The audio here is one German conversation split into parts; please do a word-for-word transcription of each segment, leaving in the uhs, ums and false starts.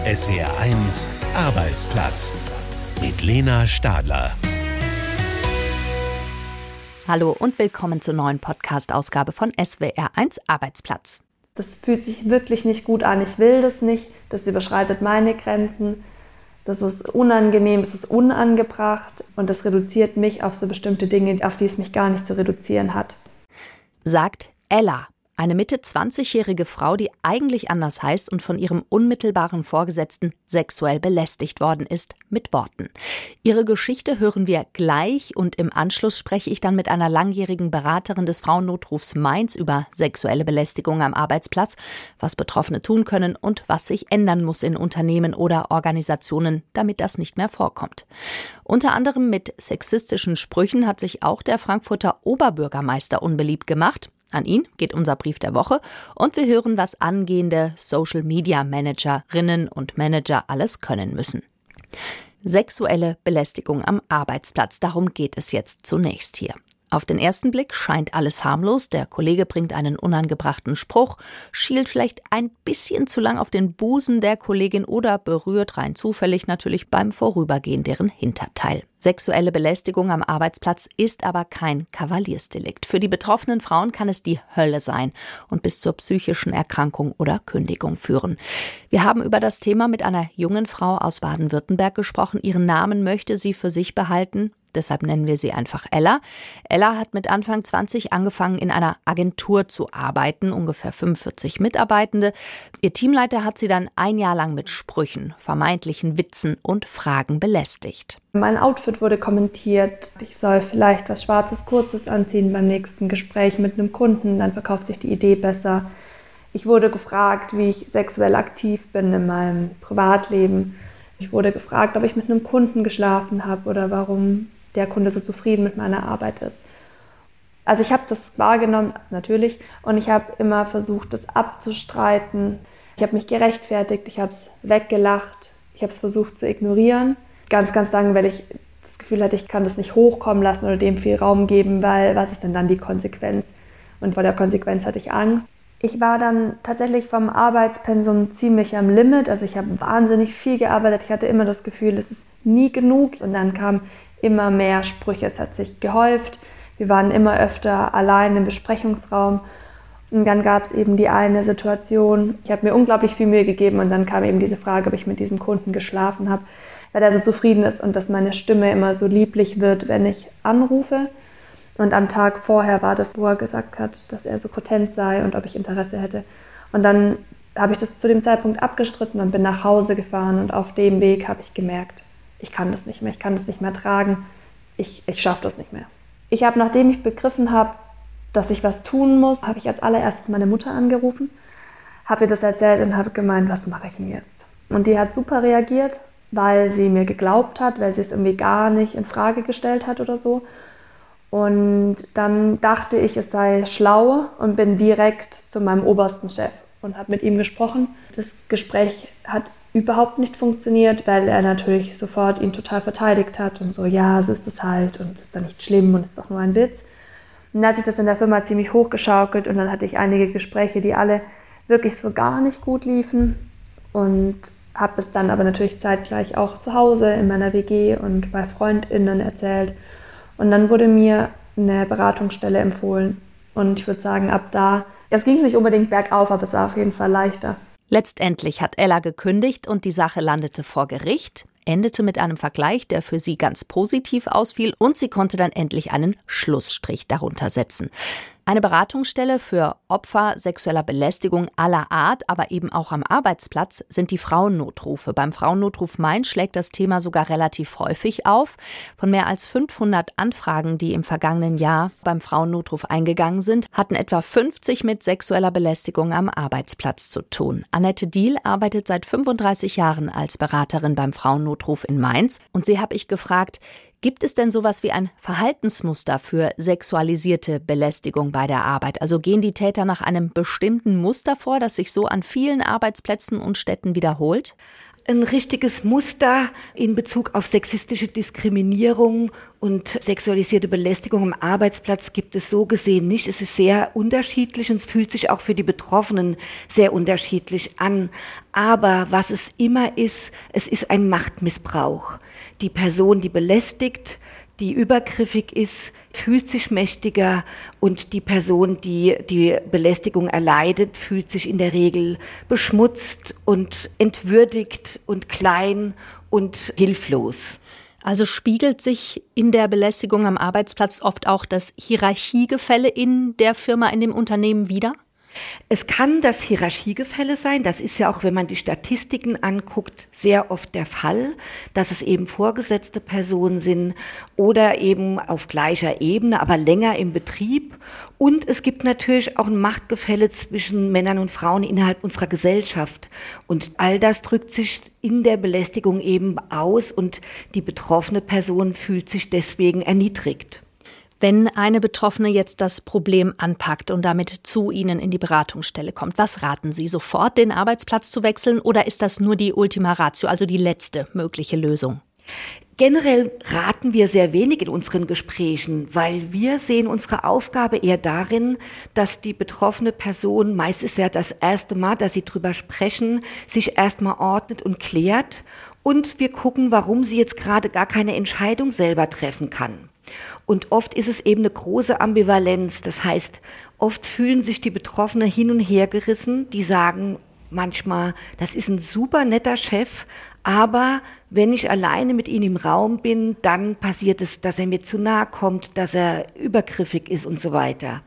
S W R eins Arbeitsplatz mit Lena Stadler. Hallo und willkommen zur neuen Podcast-Ausgabe von S W R eins Arbeitsplatz. Das fühlt sich wirklich nicht gut an. Ich will das nicht. Das überschreitet meine Grenzen. Das ist unangenehm, das ist unangebracht und das reduziert mich auf so bestimmte Dinge, auf die es mich gar nicht zu reduzieren hat. Sagt Ella, eine Mitte zwanzigjährige Frau, die eigentlich anders heißt und von ihrem unmittelbaren Vorgesetzten sexuell belästigt worden ist, mit Worten. Ihre Geschichte hören wir gleich und im Anschluss spreche ich dann mit einer langjährigen Beraterin des Frauennotrufs Mainz über sexuelle Belästigung am Arbeitsplatz, was Betroffene tun können und was sich ändern muss in Unternehmen oder Organisationen, damit das nicht mehr vorkommt. Unter anderem mit sexistischen Sprüchen hat sich auch der Frankfurter Oberbürgermeister unbeliebt gemacht. An ihn geht unser Brief der Woche und wir hören, was angehende Social-Media-Managerinnen und Manager alles können müssen. Sexuelle Belästigung am Arbeitsplatz, darum geht es jetzt zunächst hier. Auf den ersten Blick scheint alles harmlos, der Kollege bringt einen unangebrachten Spruch, schielt vielleicht ein bisschen zu lang auf den Busen der Kollegin oder berührt rein zufällig natürlich beim Vorübergehen deren Hinterteil. Sexuelle Belästigung am Arbeitsplatz ist aber kein Kavaliersdelikt. Für die betroffenen Frauen kann es die Hölle sein und bis zur psychischen Erkrankung oder Kündigung führen. Wir haben über das Thema mit einer jungen Frau aus Baden-Württemberg gesprochen. Ihren Namen möchte sie für sich behalten. Deshalb nennen wir sie einfach Ella. Ella hat mit Anfang zwanzig angefangen, in einer Agentur zu arbeiten, ungefähr fünfundvierzig Mitarbeitende. Ihr Teamleiter hat sie dann ein Jahr lang mit Sprüchen, vermeintlichen Witzen und Fragen belästigt. Mein Outfit wurde kommentiert. Ich soll vielleicht was Schwarzes, Kurzes anziehen beim nächsten Gespräch mit einem Kunden, dann verkauft sich die Idee besser. Ich wurde gefragt, wie ich sexuell aktiv bin in meinem Privatleben. Ich wurde gefragt, ob ich mit einem Kunden geschlafen habe oder warum der Kunde so zufrieden mit meiner Arbeit ist. Also ich habe das wahrgenommen, natürlich, und ich habe immer versucht, das abzustreiten. Ich habe mich gerechtfertigt, ich habe es weggelacht, ich habe es versucht zu ignorieren. Ganz, ganz lange, weil ich das Gefühl hatte, ich kann das nicht hochkommen lassen oder dem viel Raum geben, weil was ist denn dann die Konsequenz? Und vor der Konsequenz hatte ich Angst. Ich war dann tatsächlich vom Arbeitspensum ziemlich am Limit, also ich habe wahnsinnig viel gearbeitet. Ich hatte immer das Gefühl, es ist nie genug und dann kam immer mehr Sprüche, es hat sich gehäuft. Wir waren immer öfter allein im Besprechungsraum und dann gab es eben die eine Situation, ich habe mir unglaublich viel Mühe gegeben und dann kam eben diese Frage, ob ich mit diesem Kunden geschlafen habe, weil er so zufrieden ist und dass meine Stimme immer so lieblich wird, wenn ich anrufe. Und am Tag vorher war das, wo er gesagt hat, dass er so potent sei und ob ich Interesse hätte. Und dann habe ich das zu dem Zeitpunkt abgestritten und bin nach Hause gefahren und auf dem Weg habe ich gemerkt, ich kann das nicht mehr, ich kann das nicht mehr tragen, ich, ich schaffe das nicht mehr. Ich habe, nachdem ich begriffen habe, dass ich was tun muss, habe ich als allererstes meine Mutter angerufen, habe ihr das erzählt und habe gemeint, was mache ich denn jetzt? Und die hat super reagiert, weil sie mir geglaubt hat, weil sie es irgendwie gar nicht in Frage gestellt hat oder so. Und dann dachte ich, es sei schlau und bin direkt zu meinem obersten Chef und habe mit ihm gesprochen. Das Gespräch hat überhaupt nicht funktioniert, weil er natürlich sofort ihn total verteidigt hat und so, ja, so ist es halt und ist doch nicht schlimm und ist doch nur ein Witz. Und dann hat sich das in der Firma ziemlich hochgeschaukelt und dann hatte ich einige Gespräche, die alle wirklich so gar nicht gut liefen und habe es dann aber natürlich zeitgleich auch zu Hause in meiner W G und bei FreundInnen erzählt. Und dann wurde mir eine Beratungsstelle empfohlen und ich würde sagen, ab da, es ging nicht unbedingt bergauf, aber es war auf jeden Fall leichter. Letztendlich hat Ella gekündigt und die Sache landete vor Gericht, endete mit einem Vergleich, der für sie ganz positiv ausfiel und sie konnte dann endlich einen Schlussstrich darunter setzen. Eine Beratungsstelle für Opfer sexueller Belästigung aller Art, aber eben auch am Arbeitsplatz, sind die Frauennotrufe. Beim Frauennotruf Mainz schlägt das Thema sogar relativ häufig auf. Von mehr als fünfhundert Anfragen, die im vergangenen Jahr beim Frauennotruf eingegangen sind, hatten etwa fünfzig mit sexueller Belästigung am Arbeitsplatz zu tun. Annette Diehl arbeitet seit fünfunddreißig Jahren als Beraterin beim Frauennotruf in Mainz. Und sie habe ich gefragt, gibt es denn sowas wie ein Verhaltensmuster für sexualisierte Belästigung bei der Arbeit? Also gehen die Täter nach einem bestimmten Muster vor, das sich so an vielen Arbeitsplätzen und Städten wiederholt? ein richtiges Muster in Bezug auf sexistische Diskriminierung und sexualisierte Belästigung am Arbeitsplatz gibt es so gesehen nicht. Es ist sehr unterschiedlich und es fühlt sich auch für die Betroffenen sehr unterschiedlich an. Aber was es immer ist, es ist ein Machtmissbrauch. Die Person, die belästigt, die übergriffig ist, fühlt sich mächtiger und die Person, die die Belästigung erleidet, fühlt sich in der Regel beschmutzt und entwürdigt und klein und hilflos. Also spiegelt sich in der Belästigung am Arbeitsplatz oft auch das Hierarchiegefälle in der Firma, in dem Unternehmen wider? Es kann das Hierarchiegefälle sein, das ist ja auch, wenn man die Statistiken anguckt, sehr oft der Fall, dass es eben vorgesetzte Personen sind oder eben auf gleicher Ebene, aber länger im Betrieb. Und es gibt natürlich auch ein Machtgefälle zwischen Männern und Frauen innerhalb unserer Gesellschaft. Und all das drückt sich in der Belästigung eben aus und die betroffene Person fühlt sich deswegen erniedrigt. Wenn eine Betroffene jetzt das Problem anpackt und damit zu Ihnen in die Beratungsstelle kommt, was raten Sie, sofort den Arbeitsplatz zu wechseln oder ist das nur die Ultima Ratio, also die letzte mögliche Lösung? Generell raten wir sehr wenig in unseren Gesprächen, weil wir sehen unsere Aufgabe eher darin, dass die betroffene Person, meist ist ja das erste Mal, dass sie drüber sprechen, sich erstmal ordnet und klärt und wir gucken, warum sie jetzt gerade gar keine Entscheidung selber treffen kann. Und oft ist es eben eine große Ambivalenz. Das heißt, oft fühlen sich die Betroffenen hin und her gerissen. Die sagen manchmal, das ist ein super netter Chef, aber wenn ich alleine mit ihm im Raum bin, dann passiert es, dass er mir zu nahe kommt, dass er übergriffig ist und so weiter.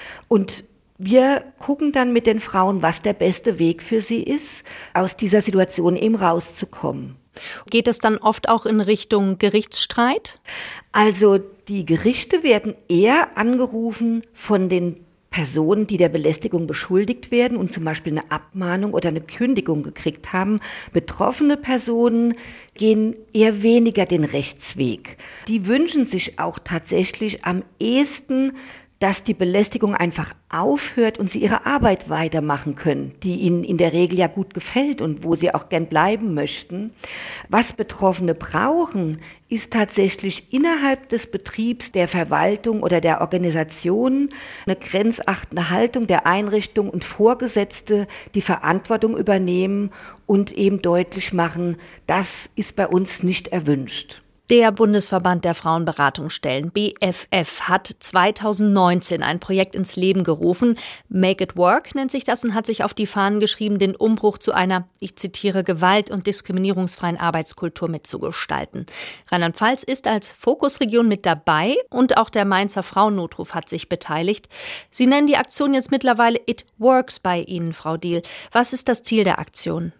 Und wir gucken dann mit den Frauen, was der beste Weg für sie ist, aus dieser Situation eben rauszukommen. Geht es dann oft auch in Richtung Gerichtsstreit? Also die Gerichte werden eher angerufen von den Personen, die der Belästigung beschuldigt werden und zum Beispiel eine Abmahnung oder eine Kündigung gekriegt haben. Betroffene Personen gehen eher weniger den Rechtsweg. Die wünschen sich auch tatsächlich am ehesten, dass die Belästigung einfach aufhört und sie ihre Arbeit weitermachen können, die ihnen in der Regel ja gut gefällt und wo sie auch gern bleiben möchten. Was Betroffene brauchen, ist tatsächlich innerhalb des Betriebs, der Verwaltung oder der Organisation eine grenzachtende Haltung der Einrichtung und Vorgesetzte, die Verantwortung übernehmen und eben deutlich machen, das ist bei uns nicht erwünscht. Der Bundesverband der Frauenberatungsstellen, B F F, hat zweitausendneunzehn ein Projekt ins Leben gerufen. Make it work nennt sich das und hat sich auf die Fahnen geschrieben, den Umbruch zu einer, ich zitiere, gewalt- und diskriminierungsfreien Arbeitskultur mitzugestalten. Rheinland-Pfalz ist als Fokusregion mit dabei und auch der Mainzer Frauennotruf hat sich beteiligt. Sie nennen die Aktion jetzt mittlerweile It Works bei Ihnen, Frau Diehl. Was ist das Ziel der Aktion?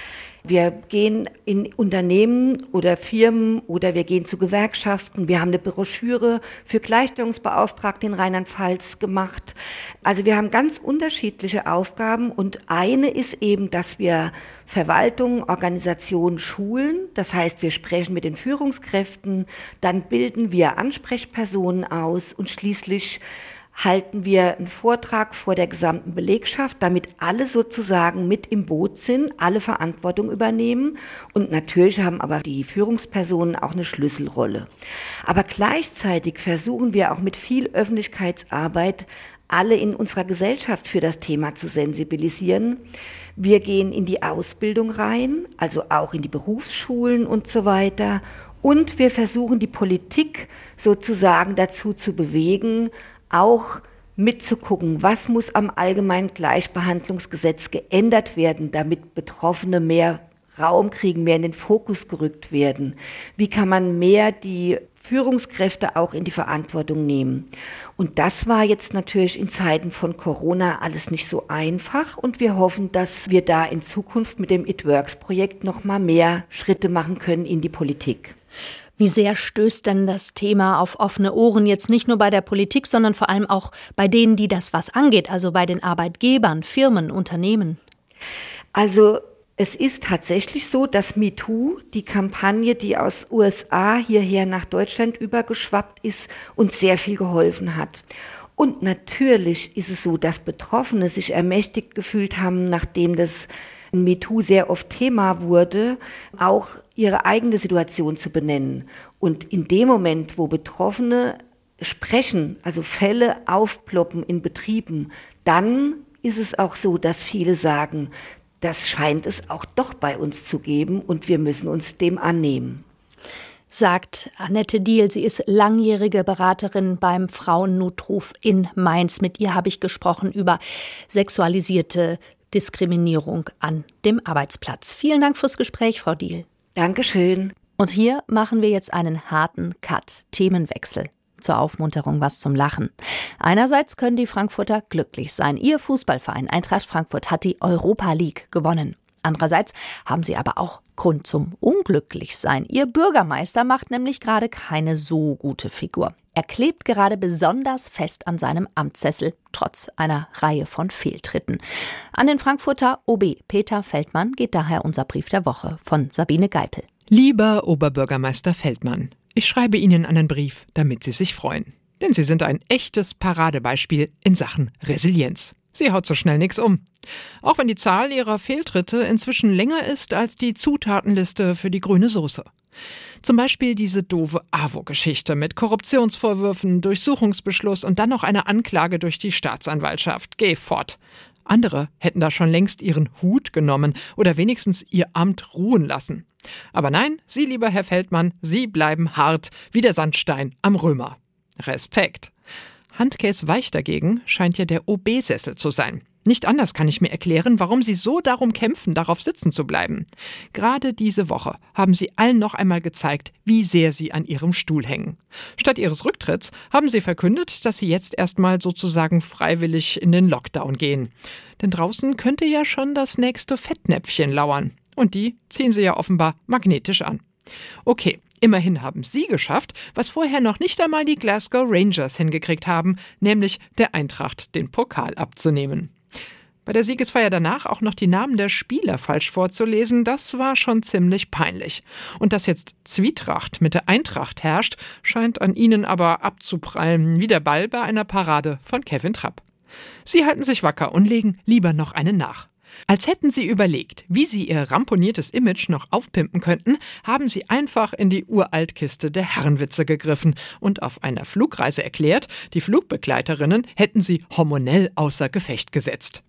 Wir gehen in Unternehmen oder Firmen oder wir gehen zu Gewerkschaften. Wir haben eine Broschüre für Gleichstellungsbeauftragte in Rheinland-Pfalz gemacht. Also wir haben ganz unterschiedliche Aufgaben und eine ist eben, dass wir Verwaltung, Organisation schulen. Das heißt, wir sprechen mit den Führungskräften, dann bilden wir Ansprechpersonen aus und schließlich halten wir einen Vortrag vor der gesamten Belegschaft, damit alle sozusagen mit im Boot sind, alle Verantwortung übernehmen und natürlich haben aber die Führungspersonen auch eine Schlüsselrolle. Aber gleichzeitig versuchen wir auch mit viel Öffentlichkeitsarbeit alle in unserer Gesellschaft für das Thema zu sensibilisieren. Wir gehen in die Ausbildung rein, also auch in die Berufsschulen und so weiter. Und wir versuchen die Politik sozusagen dazu zu bewegen, auch mitzugucken, was muss am Allgemeinen Gleichbehandlungsgesetz geändert werden, damit Betroffene mehr Raum kriegen, mehr in den Fokus gerückt werden. Wie kann man mehr die Führungskräfte auch in die Verantwortung nehmen? Und das war jetzt natürlich in Zeiten von Corona alles nicht so einfach und wir hoffen, dass wir da in Zukunft mit dem It Works Projekt noch mal mehr Schritte machen können in die Politik. Wie sehr stößt denn das Thema auf offene Ohren, jetzt nicht nur bei der Politik, sondern vor allem auch bei denen, die das was angeht, also bei den Arbeitgebern, Firmen, Unternehmen? Also es ist tatsächlich so, dass MeToo, die Kampagne, die aus U S A hierher nach Deutschland übergeschwappt ist, uns sehr viel geholfen hat. Und natürlich ist es so, dass Betroffene sich ermächtigt gefühlt haben, nachdem das MeToo sehr oft Thema wurde, auch ihre eigene Situation zu benennen. Und in dem Moment, wo Betroffene sprechen, also Fälle aufploppen in Betrieben, dann ist es auch so, dass viele sagen, das scheint es auch doch bei uns zu geben und wir müssen uns dem annehmen. Sagt Annette Diehl. Sie ist langjährige Beraterin beim Frauennotruf in Mainz. Mit ihr habe ich gesprochen über sexualisierte Diskriminierung an dem Arbeitsplatz. Vielen Dank fürs Gespräch, Frau Diehl. Dankeschön. Und hier machen wir jetzt einen harten Cut, Themenwechsel. Zur Aufmunterung was zum Lachen. Einerseits können die Frankfurter glücklich sein. Ihr Fußballverein Eintracht Frankfurt hat die Europa League gewonnen. Andererseits haben sie aber auch Grund zum Unglücklichsein. Ihr Bürgermeister macht nämlich gerade keine so gute Figur. Er klebt gerade besonders fest an seinem Amtssessel, trotz einer Reihe von Fehltritten. An den Frankfurter O B Peter Feldmann geht daher unser Brief der Woche von Sabine Geipel. Lieber Oberbürgermeister Feldmann, ich schreibe Ihnen einen Brief, damit Sie sich freuen. Denn Sie sind ein echtes Paradebeispiel in Sachen Resilienz. Sie haut so schnell nichts um. Auch wenn die Zahl Ihrer Fehltritte inzwischen länger ist als die Zutatenliste für die grüne Soße. Zum Beispiel diese doofe A W O-Geschichte mit Korruptionsvorwürfen, Durchsuchungsbeschluss und dann noch eine Anklage durch die Staatsanwaltschaft. Geh fort. Andere hätten da schon längst ihren Hut genommen oder wenigstens ihr Amt ruhen lassen. Aber nein, Sie, lieber Herr Feldmann, Sie bleiben hart wie der Sandstein am Römer. Respekt. Handkäsweich dagegen scheint ja der O B-Sessel zu sein. Nicht anders kann ich mir erklären, warum Sie so darum kämpfen, darauf sitzen zu bleiben. Gerade diese Woche haben Sie allen noch einmal gezeigt, wie sehr Sie an Ihrem Stuhl hängen. Statt Ihres Rücktritts haben Sie verkündet, dass Sie jetzt erstmal sozusagen freiwillig in den Lockdown gehen. Denn draußen könnte ja schon das nächste Fettnäpfchen lauern. Und die ziehen Sie ja offenbar magnetisch an. Okay, immerhin haben Sie geschafft, was vorher noch nicht einmal die Glasgow Rangers hingekriegt haben, nämlich der Eintracht den Pokal abzunehmen. Bei der Siegesfeier danach auch noch die Namen der Spieler falsch vorzulesen, das war schon ziemlich peinlich. Und dass jetzt Zwietracht mit der Eintracht herrscht, scheint an Ihnen aber abzuprallen, wie der Ball bei einer Parade von Kevin Trapp. Sie halten sich wacker und legen lieber noch einen nach. Als hätten Sie überlegt, wie Sie Ihr ramponiertes Image noch aufpimpen könnten, haben Sie einfach in die Uraltkiste der Herrenwitze gegriffen und auf einer Flugreise erklärt, die Flugbegleiterinnen hätten Sie hormonell außer Gefecht gesetzt.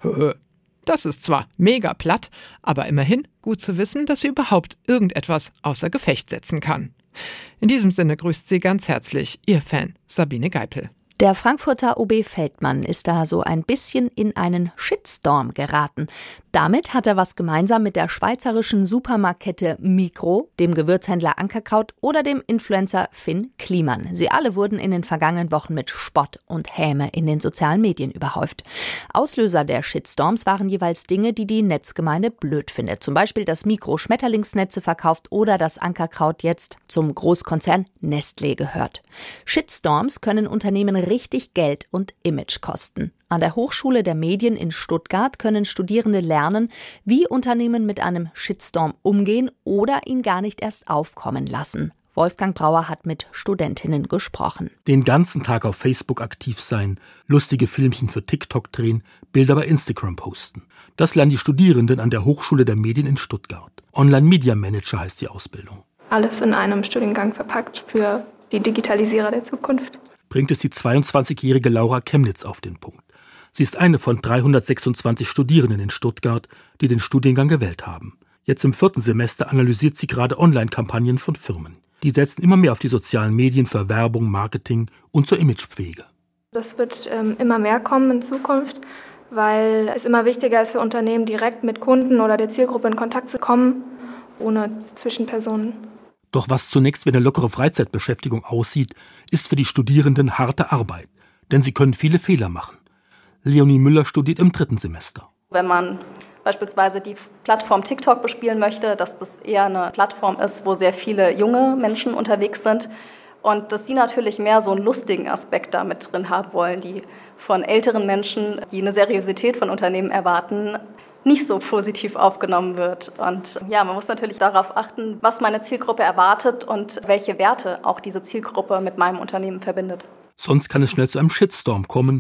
Das ist zwar mega platt, aber immerhin gut zu wissen, dass sie überhaupt irgendetwas außer Gefecht setzen kann. In diesem Sinne grüßt Sie ganz herzlich Ihr Fan Sabine Geipel. Der Frankfurter O B Feldmann ist da so ein bisschen in einen Shitstorm geraten. Damit hat er was gemeinsam mit der schweizerischen Supermarktkette Migros, dem Gewürzhändler Ankerkraut oder dem Influencer Finn Kliman. Sie alle wurden in den vergangenen Wochen mit Spott und Häme in den sozialen Medien überhäuft. Auslöser der Shitstorms waren jeweils Dinge, die die Netzgemeinde blöd findet. Zum Beispiel, dass Migros Schmetterlingsnetze verkauft oder dass Ankerkraut jetzt zum Großkonzern Nestlé gehört. Shitstorms können Unternehmen richtig Geld und Image kosten. An der Hochschule der Medien in Stuttgart können Studierende lernen, wie Unternehmen mit einem Shitstorm umgehen oder ihn gar nicht erst aufkommen lassen. Wolfgang Brauer hat mit Studentinnen gesprochen. Den ganzen Tag auf Facebook aktiv sein, lustige Filmchen für TikTok drehen, Bilder bei Instagram posten. Das lernen die Studierenden an der Hochschule der Medien in Stuttgart. Online-Media-Manager heißt die Ausbildung. Alles in einem Studiengang verpackt für die Digitalisierer der Zukunft. Bringt es die zweiundzwanzigjährige Laura Chemnitz auf den Punkt. Sie ist eine von dreihundertsechsundzwanzig Studierenden in Stuttgart, die den Studiengang gewählt haben. Jetzt im vierten Semester analysiert sie gerade Online-Kampagnen von Firmen. Die setzen immer mehr auf die sozialen Medien für Werbung, Marketing und zur Imagepflege. Das wird ähm, immer mehr kommen in Zukunft, weil es immer wichtiger ist für Unternehmen, direkt mit Kunden oder der Zielgruppe in Kontakt zu kommen, ohne Zwischenpersonen. Doch was zunächst wie eine lockere Freizeitbeschäftigung aussieht, ist für die Studierenden harte Arbeit. Denn sie können viele Fehler machen. Leonie Müller studiert im dritten Semester. Wenn man beispielsweise die Plattform TikTok bespielen möchte, dass das eher eine Plattform ist, wo sehr viele junge Menschen unterwegs sind und dass die natürlich mehr so einen lustigen Aspekt da mit drin haben wollen, die von älteren Menschen, die eine Seriosität von Unternehmen erwarten, nicht so positiv aufgenommen wird. Und ja, man muss natürlich darauf achten, was meine Zielgruppe erwartet und welche Werte auch diese Zielgruppe mit meinem Unternehmen verbindet. Sonst kann es schnell zu einem Shitstorm kommen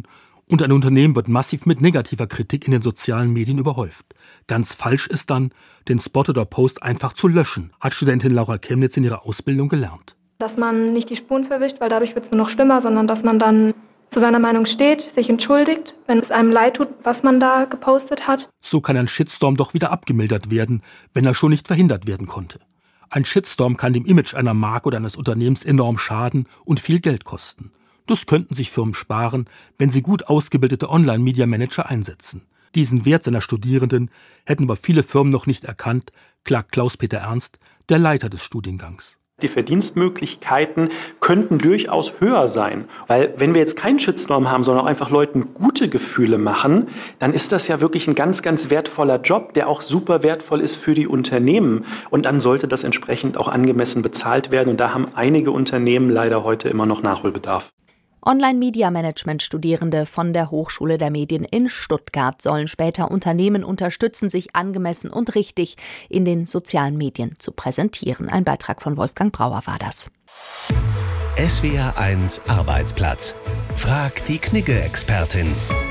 Und ein Unternehmen wird massiv mit negativer Kritik in den sozialen Medien überhäuft. Ganz falsch ist dann, den Spot oder Post einfach zu löschen, hat Studentin Laura Chemnitz in ihrer Ausbildung gelernt. Dass man nicht die Spuren verwischt, weil dadurch wird es nur noch schlimmer, sondern dass man dann zu seiner Meinung steht, sich entschuldigt, wenn es einem leid tut, was man da gepostet hat. So kann ein Shitstorm doch wieder abgemildert werden, wenn er schon nicht verhindert werden konnte. Ein Shitstorm kann dem Image einer Marke oder eines Unternehmens enorm schaden und viel Geld kosten. Das könnten sich Firmen sparen, wenn sie gut ausgebildete Online-Media-Manager einsetzen. Diesen Wert seiner Studierenden hätten aber viele Firmen noch nicht erkannt, klagt Klaus-Peter Ernst, der Leiter des Studiengangs. Die Verdienstmöglichkeiten könnten durchaus höher sein, weil wenn wir jetzt keinen Shitstorm haben, sondern auch einfach Leuten gute Gefühle machen, dann ist das ja wirklich ein ganz, ganz wertvoller Job, der auch super wertvoll ist für die Unternehmen. Und dann sollte das entsprechend auch angemessen bezahlt werden. Und da haben einige Unternehmen leider heute immer noch Nachholbedarf. Online-Media-Management-Studierende von der Hochschule der Medien in Stuttgart sollen später Unternehmen unterstützen, sich angemessen und richtig in den sozialen Medien zu präsentieren. Ein Beitrag von Wolfgang Brauer war das. S W R eins Arbeitsplatz. Frag die Knigge-Expertin.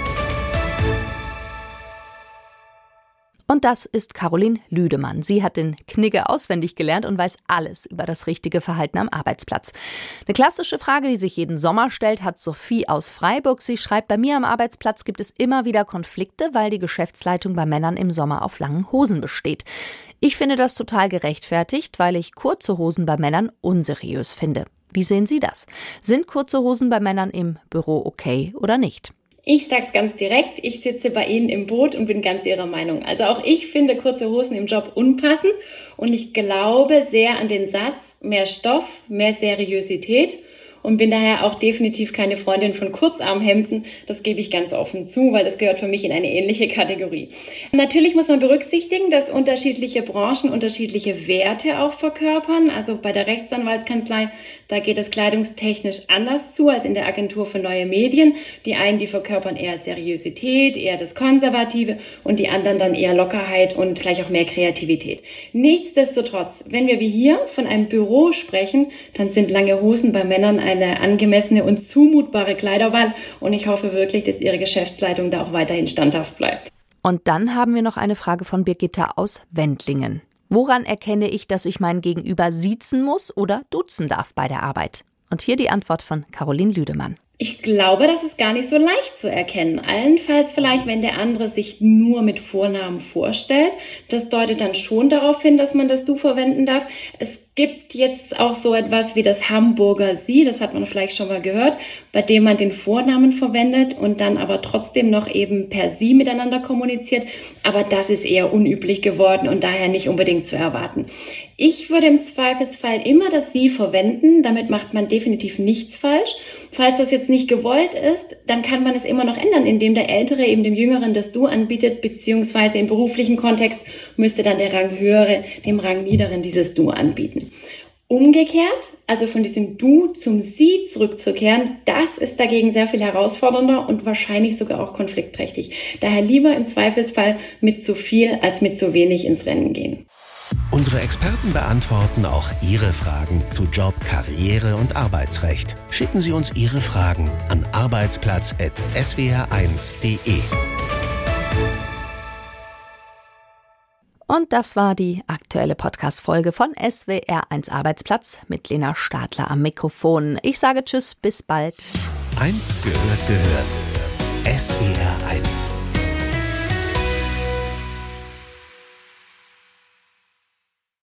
Und das ist Caroline Lüdemann. Sie hat den Knigge auswendig gelernt und weiß alles über das richtige Verhalten am Arbeitsplatz. Eine klassische Frage, die sich jeden Sommer stellt, hat Sophie aus Freiburg. Sie schreibt, bei mir am Arbeitsplatz gibt es immer wieder Konflikte, weil die Geschäftsleitung bei Männern im Sommer auf langen Hosen besteht. Ich finde das total gerechtfertigt, weil ich kurze Hosen bei Männern unseriös finde. Wie sehen Sie das? Sind kurze Hosen bei Männern im Büro okay oder nicht? Ich sag's ganz direkt, ich sitze bei Ihnen im Boot und bin ganz Ihrer Meinung. Also auch ich finde kurze Hosen im Job unpassend und ich glaube sehr an den Satz, mehr Stoff, mehr Seriosität und bin daher auch definitiv keine Freundin von Kurzarmhemden. Das gebe ich ganz offen zu, weil das gehört für mich in eine ähnliche Kategorie. Natürlich muss man berücksichtigen, dass unterschiedliche Branchen unterschiedliche Werte auch verkörpern. Also bei der Rechtsanwaltskanzlei, da geht es kleidungstechnisch anders zu als in der Agentur für neue Medien. Die einen, die verkörpern eher Seriosität, eher das Konservative und die anderen dann eher Lockerheit und vielleicht auch mehr Kreativität. Nichtsdestotrotz, wenn wir wie hier von einem Büro sprechen, dann sind lange Hosen bei Männern eine angemessene und zumutbare Kleiderwahl und ich hoffe wirklich, dass Ihre Geschäftsleitung da auch weiterhin standhaft bleibt. Und dann haben wir noch eine Frage von Birgitta aus Wendlingen. Woran erkenne ich, dass ich mein Gegenüber siezen muss oder duzen darf bei der Arbeit? Und hier die Antwort von Caroline Lüdemann. Ich glaube, das ist gar nicht so leicht zu erkennen. Allenfalls vielleicht, wenn der andere sich nur mit Vornamen vorstellt. Das deutet dann schon darauf hin, dass man das Du verwenden darf. Es gibt jetzt auch so etwas wie das Hamburger Sie, das hat man vielleicht schon mal gehört, bei dem man den Vornamen verwendet und dann aber trotzdem noch eben per Sie miteinander kommuniziert. Aber das ist eher unüblich geworden und daher nicht unbedingt zu erwarten. Ich würde im Zweifelsfall immer das Sie verwenden, damit macht man definitiv nichts falsch. Falls das jetzt nicht gewollt ist, dann kann man es immer noch ändern, indem der Ältere eben dem Jüngeren das Du anbietet, beziehungsweise im beruflichen Kontext müsste dann der Ranghöhere dem Rangniederen dieses Du anbieten. Umgekehrt, also von diesem Du zum Sie zurückzukehren, das ist dagegen sehr viel herausfordernder und wahrscheinlich sogar auch konfliktträchtig. Daher lieber im Zweifelsfall mit zu viel als mit zu wenig ins Rennen gehen. Unsere Experten beantworten auch Ihre Fragen zu Job, Karriere und Arbeitsrecht. Schicken Sie uns Ihre Fragen an arbeitsplatz at s w r eins punkt d e. Und das war die aktuelle Podcast-Folge von S W R eins Arbeitsplatz mit Lena Stadler am Mikrofon. Ich sage Tschüss, bis bald. Eins gehört gehört. S W R eins.